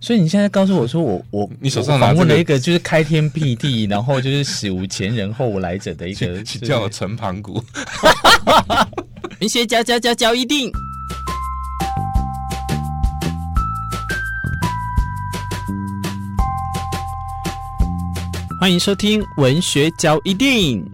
所以你现在告诉我说我你手上访问了一个就是开天辟地，然后就是史无前人后无来者的一个， 叫我陈盘古。 文学教一定。欢迎收听文学交一定。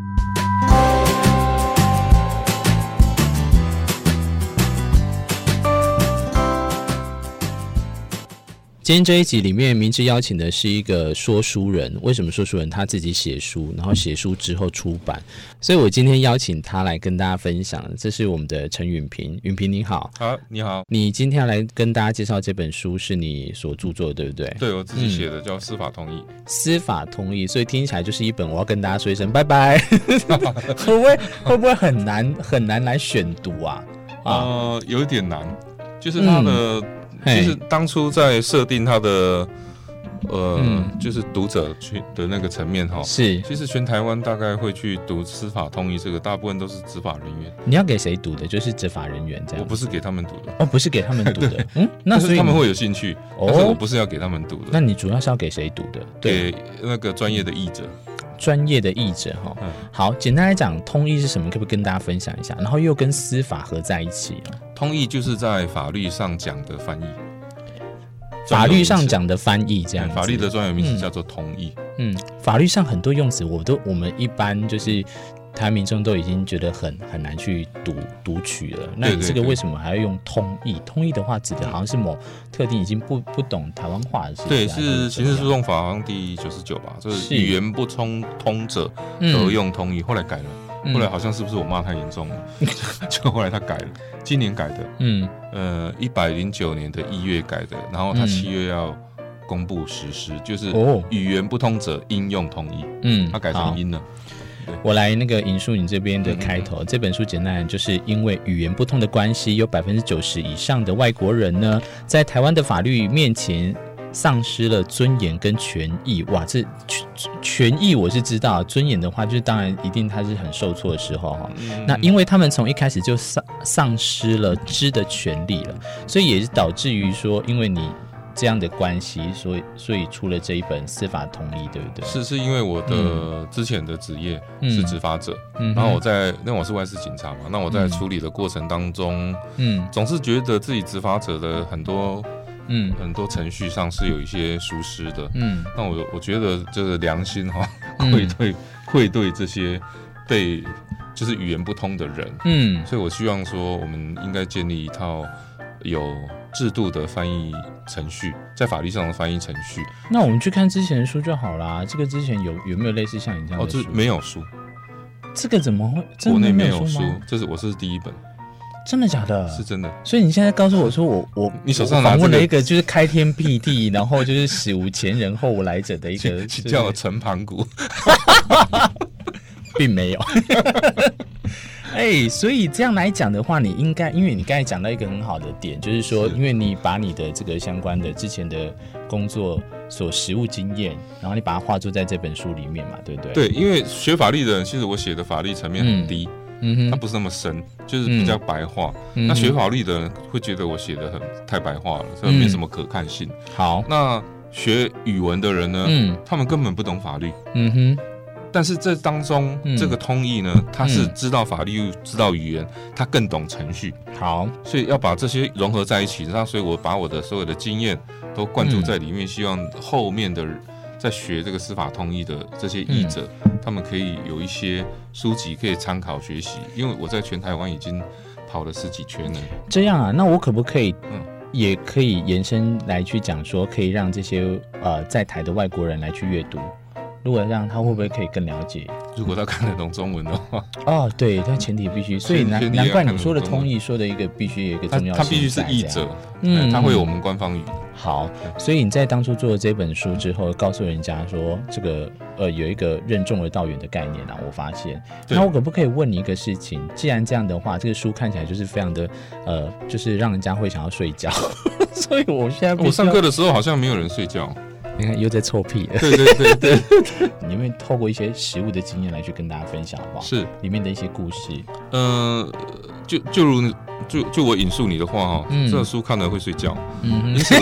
今天这一集里面，明志邀请的是一个说书人。为什么说书人？他自己写书，然后写书之后出版，所以我今天邀请他来跟大家分享。这是我们的陈允平，允平你好。 好，你好。 你今天要来跟大家介绍这本书是你所著作的，对不对？ 对，我自己写的，叫《司法通义》。 司法通义，所以听起来就是一本我要跟大家说一声拜拜。会不会很难来选读啊？ 有一点难，就是它的。就是当初在设定他的就是读者的那个层面哈， 是， 其实全台湾大概会去读司法通义这个，大部分都是执法人员。 你要给谁读的？就是执法人员这样。 我不是给他们读的。 哦，不是给他们读的。那所以他们会有兴趣，但是我不是要给他们读的。 那你主要是要给谁读的？ 给那个专业的译者。 专业的译者哈。好，简单来讲，通义是什么？可不可以跟大家分享一下？然后又跟司法合在一起啊？ 通义就是在法律上讲的翻译。 法律上讲的翻译这样子， 法律的专有名词叫做通义。 法律上很多用词，我们一般就是台湾民众都已经觉得很难去读取了。那你这个为什么还要用通义？通义的话，指的好像是某特定已经不懂台湾话的事情。 对，是刑事诉讼法好像第99吧，就是语言不通者得用通义，后来改了。后来好像是不是我骂太严重了，就后来他改了，今年改的，109年的1月改的，然后他7月要公布实施，就是语言不通者应用通义，他改成应了。 我来那个引述你这边的开头，这本书简单就是因为语言不通的关系，有90%以上的外国人呢，在台湾的法律面前丧失了尊严跟权益。哇，这权益我是知道，尊严的话就是当然一定他是很受挫的时候哈。那因为他们从一开始就丧失了知的权利了，所以也是导致于说，因为你这样的关系，所以出了这一本司法通义，对不对？ 是因为我的之前的职业是执法者，然后我是外事警察嘛，那我在处理的过程当中，总是觉得自己执法者的很多程序上是有一些疏失的，那我觉得这个良心愧对这些被就是语言不通的人，所以我希望说我们应该建立一套有制度的翻译程序，在法律上的翻译程序。 那我们去看之前的书就好啦。这个之前有没有类似像你这样的书？ 这没有书。 这个怎么会？ 国内没有书，我是第一本。 真的假的？ 是真的。 所以你现在告诉我说我你手上访问了一个就是开天辟地，然后就是史无前人后无来者的一个， 叫我陈盘古， 并没有。所以这样来讲的话，你应该，因为你刚才讲到一个很好的点，就是说，因为你把你的这个相关的之前的工作所实务经验，然后你把它画注在这本书里面嘛，对不对？ 对，因为学法律的人，其实我写的法律层面很低，它不是那么深，就是比较白话。那学法律的人会觉得我写的太白话了，所以没什么可看性。 好， 那学语文的人呢，他们根本不懂法律。但是这当中，这个通义呢，他是知道法律，知道语言，他更懂程序。 好， 所以要把这些融合在一起。那所以我把我的所有的经验都灌注在里面，希望后面的在学这个司法通义的这些译者，他们可以有一些书籍可以参考学习。因为我在全台湾已经跑了10几圈了。 这样啊，那我可不可以？也可以延伸来去讲说，可以让这些在台的外国人来去阅读。如果让他会不会可以更了解？如果他看得懂中文的话， 对，但前提必须，所以难怪你说的通义说的一个必须有一个重要性， 他必须是译者，他会有我们官方语。 好，所以你在当初做了这本书之后，告诉人家说这个有一个任重而道远的概念啊，我发现。那我可不可以问你一个事情？既然这样的话，这个书看起来就是非常的就是让人家会想要睡觉，所以我现在我上课的时候好像没有人睡觉。 你看又在臭屁了。 对， 你会透过一些实务的经验来去跟大家分享，好不好？ 是里面的一些故事。 就我引述你的话哈，这个书看了会睡觉，因此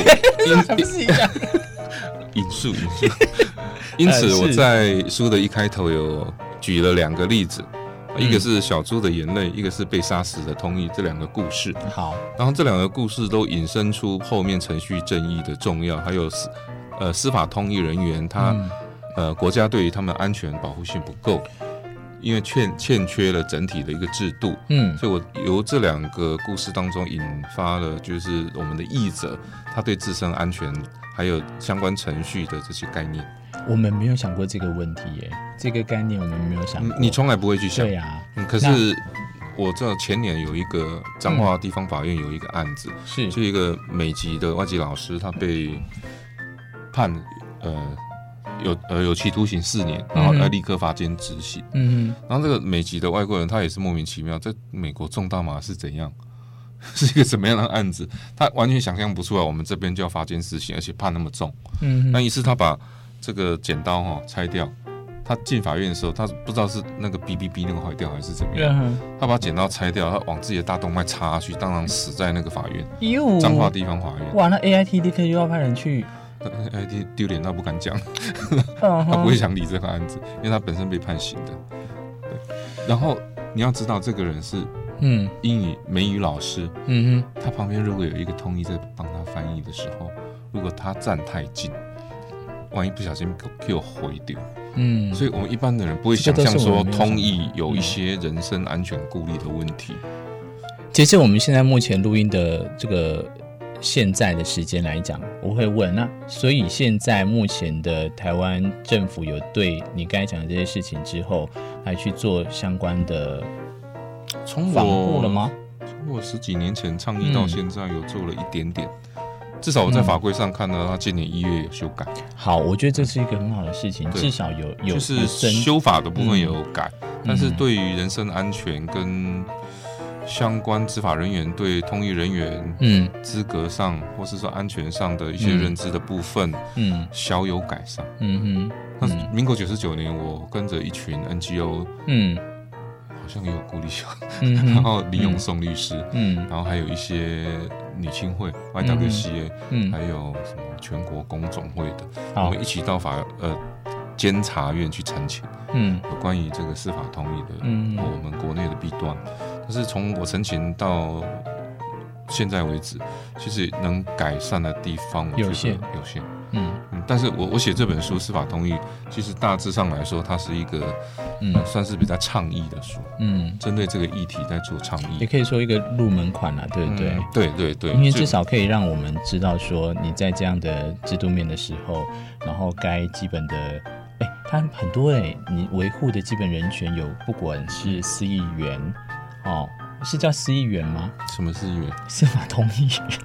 引述，因此我在书的一开头有举了2个例子，一个是小猪的眼泪，一个是被杀死的通译，这2个故事。 好， 然后这2个故事都引申出后面程序正义的重要，还有司法通译人员他国家对于他们安全保护性不够。因为欠缺了整体的一个制度，所以我由这2个故事当中引发了，就是我们的译者他对自身安全还有相关程序的这些概念。 我们没有想过这个问题耶，这个概念我们没有想过。 你从来不会去想。 对啊， 可是我知道前年有一个彰化地方法院有一个案子，就一个美籍的外籍老师，他被判有期徒刑4年，然后要立刻罚监执行。然后这个美籍的外国人他也是莫名其妙，在美国种大麻是怎样，是一个什么样的案子，他完全想象不出来。我们这边就要罚监执行，而且判那么重。那于是他把这个剪刀拆掉。他进法院的时候，他不知道是那个哔哔哔那个坏掉还是怎么样，他把剪刀拆掉，他往自己的大动脉插下去，当场死在那个法院，彰化地方法院。 哇，那 AIT 立刻又要派人去。 AIT 丢脸到不敢讲，他不会想理这个案子，因为他本身被判刑的。对，然后你要知道，这个人是英语美语老师，他旁边如果有一个通译在帮他翻译的时候，如果他站太近，万一不小心给我毁掉，所以我们一般的人不会想象说通译有一些人身安全顾虑的问题。 其实我们现在目前录音的这个现在的时间来讲，我会问，那所以现在目前的台湾政府有对你刚才讲的这些事情之后，来去做相关的防护了吗？ 从我10几年前倡议到现在，有做了一点点。至少我在法规上看到，他今年1月有修改。 好，我觉得这是一个很好的事情，至少有就是修法的部分有改，但是对于人身安全跟相关执法人员对通译人员资格上或是说安全上的一些認知的部分小有改善。那民国99年我跟着一群 NGO 好像也有顾立雄然后林永颂律师然后还有一些女青会 YWCA 还有什么全国工总会的，我们一起到监察院去陈情有关于这个司法通译的我们国内的弊端。但是从我陈情到现在为止，其实能改善的地方我觉得有限。但是我写这本书《司法通译》，其实大致上来说，它是一个算是比较倡议的书。针对这个议题在做倡议， 也可以说一个入门款啦，对不对？ 对对对， 因为至少可以让我们知道说，你在这样的制度面的时候，然后该基本的。它很多你维护的基本人权有，不管是司议员是叫司议员吗？ 什么司议员？ 司法通译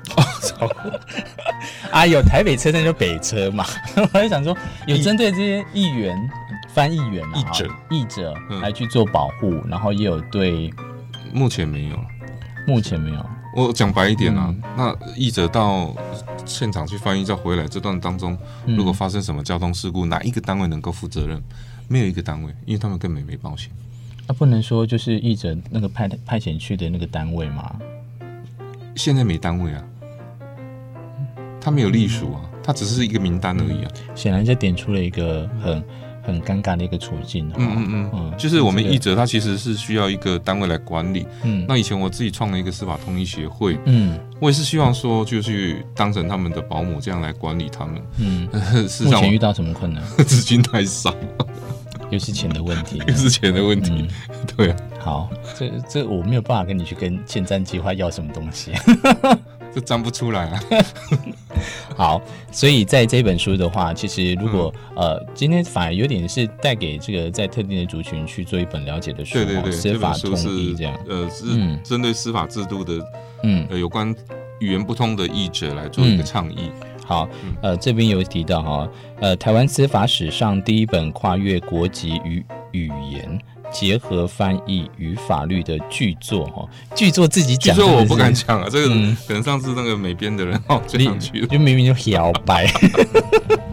员。有台北车站就北车嘛。我在想说，有针对这些议员、翻译员、译者来去做保护，然后也有对。 目前没有。 目前没有。 我讲白一点那译者到现场去翻译再回来，这段当中如果发生什么交通事故，哪一个单位能够负责任？没有一个单位，因为他们根本没保险。 不能说就是译者那个派遣去的那个单位吗？ 现在没单位啊，他没有隶属啊，他只是一个名单而已啊。 显然就点出了一个很尴尬的一个处境。 就是我们译者他其实是需要一个单位来管理。那以前我自己创了一个司法通译协会。我也是希望说就去当成他们的保姆这样来管理他们。 目前遇到什么困难？ 资金太少。 又是钱的问题。 又是钱的问题。对啊。 好，这我没有办法跟你去跟前瞻计划要什么东西。 这粘不出来啊。 好，所以在这本书的话，其实如果今天反而有点是带给这个在特定的族群去做一本了解的书。 对， 司法通译这样。 是针对司法制度的有关语言不通的译者来做一个倡议。 好，这边有提到台湾司法史上第一本跨越国籍与语言，结合翻译与法律的巨作。巨作自己讲， 巨作我不敢讲啊，这个可能上次那个美编的人这样去， 就明明就摇摆。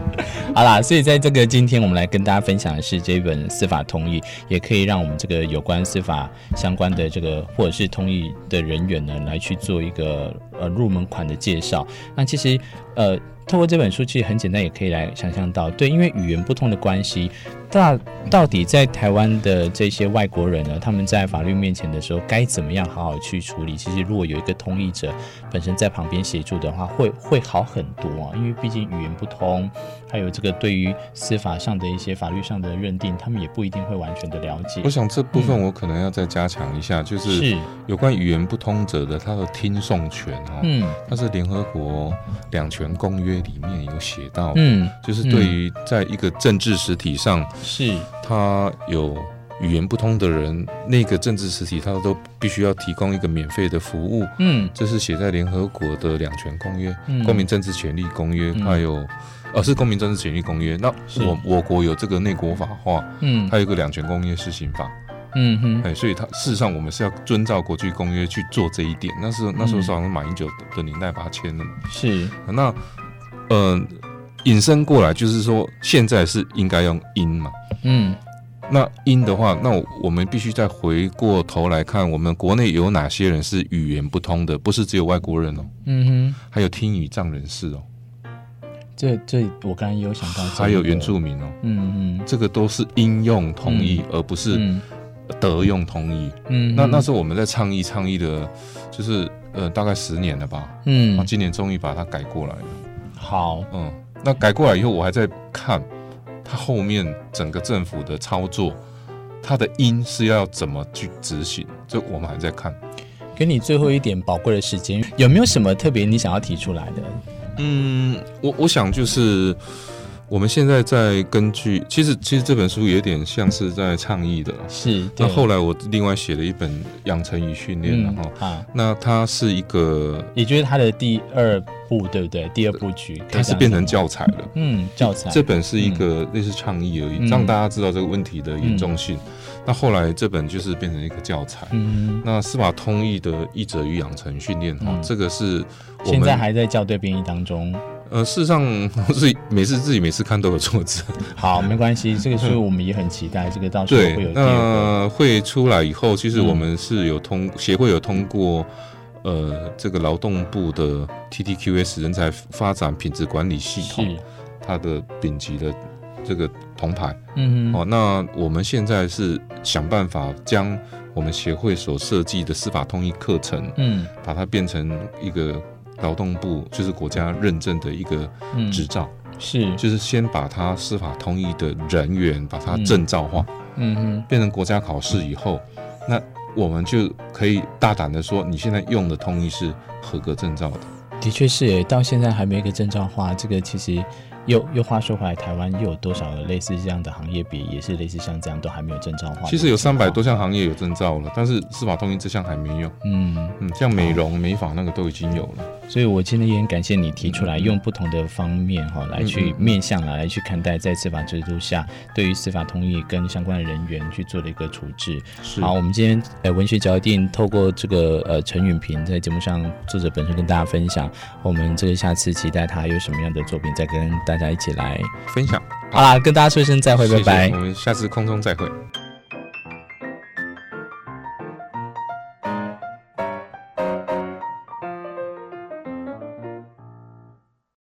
好啦，所以在这个今天我们来跟大家分享的是这本司法通译，也可以让我们这个有关司法相关的这个或者是通译的人员呢，来去做一个入门款的介绍。那其实透过这本书其实很简单，也可以来想象到，对，因为语言不通的关系，到底在台湾的这些外国人呢，他们在法律面前的时候该怎么样好好去处理？其实如果有一个通译者本身在旁边协助的话，会好很多啊，因为毕竟语言不通，还有这个对于司法上的一些法律上的认定，他们也不一定会完全的了解。 我想这部分我可能要再加强一下，就是有关语言不通者的他的听讼权它是联合国两权公约里面有写到，就是对于在一个政治实体上， 是他有语言不通的人，那个政治实体他都必须要提供一个免费的服务。这是写在联合国的两权公约、公民政治权利公约，它有是公民政治权利公约。那我国有这个内国法化，它有一个两权公约施行法。所以事实上我们是要遵照国际公约去做这一点。那时候好像马英九的年代把它签了。 是那引申过来就是说，现在是应该用英嘛。那英的话，那我们必须再回过头来看，我们国内有哪些人是语言不通的？不是只有外国人哦，还有听语障人士哦。 这我刚才也有想到， 还有原住民哦。这个都是应用通译，而不是德用通译。那时候我们在倡议的，就是大概10年了吧。今年终于把它改过来了。 好， 那改过来以后，我还在看它后面整个政府的操作，它的音是要怎么去执行，这我们还在看。 给你最后一点宝贵的时间，有没有什么特别你想要提出来的？ 我想就是我们现在在根据，其实这本书有点像是在倡议的， 是。 那后来我另外写了一本养成与训练，那它是一个， 也就是它的第2部，对不对？第2部曲， 它是变成教材了。 教材。 这本是一个类似倡议而已，让大家知道这个问题的严重性。那后来这本就是变成一个教材。那司法通译的译者与养成训练，这个是我们现在还在校对编译当中。 事实上自己每次看都有错字。 好，没关系，这个书我们也很期待，这个到时候会有第2个。 会出来以后，其实我们是有协会有通过这个劳动部的 TTQS 人才发展品质管理系统，它的丙级的这个铜牌。那我们现在是想办法将我们协会所设计的司法通译课程，把它变成一个劳动部就是国家认证的一个执照，就是先把它司法通译的人员把它证照化，变成国家考试以后，那我们就可以大胆的说，你现在用的通译是合格证照的。 的确是耶，到现在还没有一个证照化，这个其实又话说回来，台湾又有多少类似这样的行业别也是类似像这样都还没有证照化？ 其实有300多项行业有证照了，但是司法通译这项还没有。像美容、美发那个都已经有了。 所以我今天也很感谢你提出来，用不同的方面来去面向来去看待在司法制度下对于司法通译跟相关的人员去做的一个处置。好，我们今天文学脚印透过这个陈允平在节目上作者本身跟大家分享，我们这个下次期待他有什么样的作品再跟大家一起来分享。 好啦，跟大家说声再会，拜拜。 我们下次空中再会。